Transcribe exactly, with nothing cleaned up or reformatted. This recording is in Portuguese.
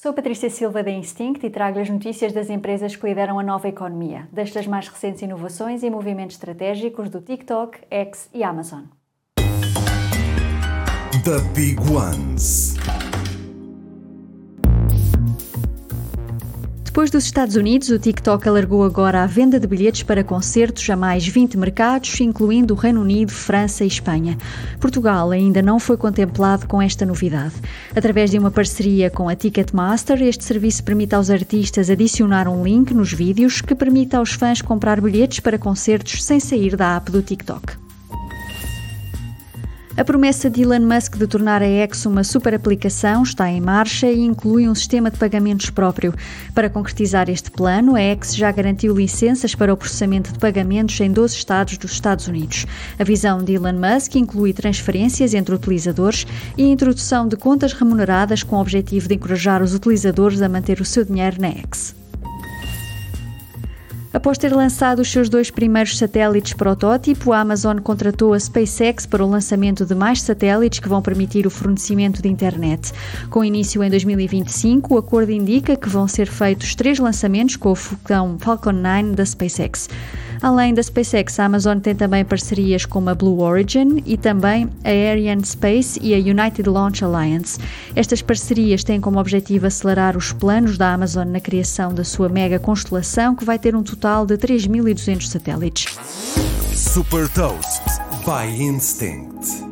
Sou Patrícia Silva da Instinct e trago-lhe as notícias das empresas que lideram a nova economia, desde as mais recentes inovações e movimentos estratégicos do TikTok, X e Amazon. The Big Ones. Depois dos Estados Unidos, o TikTok alargou agora a venda de bilhetes para concertos a mais vinte mercados, incluindo o Reino Unido, França e Espanha. Portugal ainda não foi contemplado com esta novidade. Através de uma parceria com a Ticketmaster, este serviço permite aos artistas adicionar um link nos vídeos que permite aos fãs comprar bilhetes para concertos sem sair da app do TikTok. A promessa de Elon Musk de tornar a X uma super aplicação está em marcha e inclui um sistema de pagamentos próprio. Para concretizar este plano, a X já garantiu licenças para o processamento de pagamentos em doze estados dos Estados Unidos. A visão de Elon Musk inclui transferências entre utilizadores e a introdução de contas remuneradas com o objetivo de encorajar os utilizadores a manter o seu dinheiro na X. Após ter lançado os seus dois primeiros satélites protótipo, a Amazon contratou a SpaceX para o lançamento de mais satélites que vão permitir o fornecimento de internet. Com início em dois mil e vinte e cinco, o acordo indica que vão ser feitos três lançamentos com o foguetão Falcon nove da SpaceX. Além da SpaceX, a Amazon tem também parcerias com a Blue Origin e também a Arianespace e a United Launch Alliance. Estas parcerias têm como objetivo acelerar os planos da Amazon na criação da sua mega constelação, que vai ter um total de três mil e duzentos satélites. Super Toast by Instinct.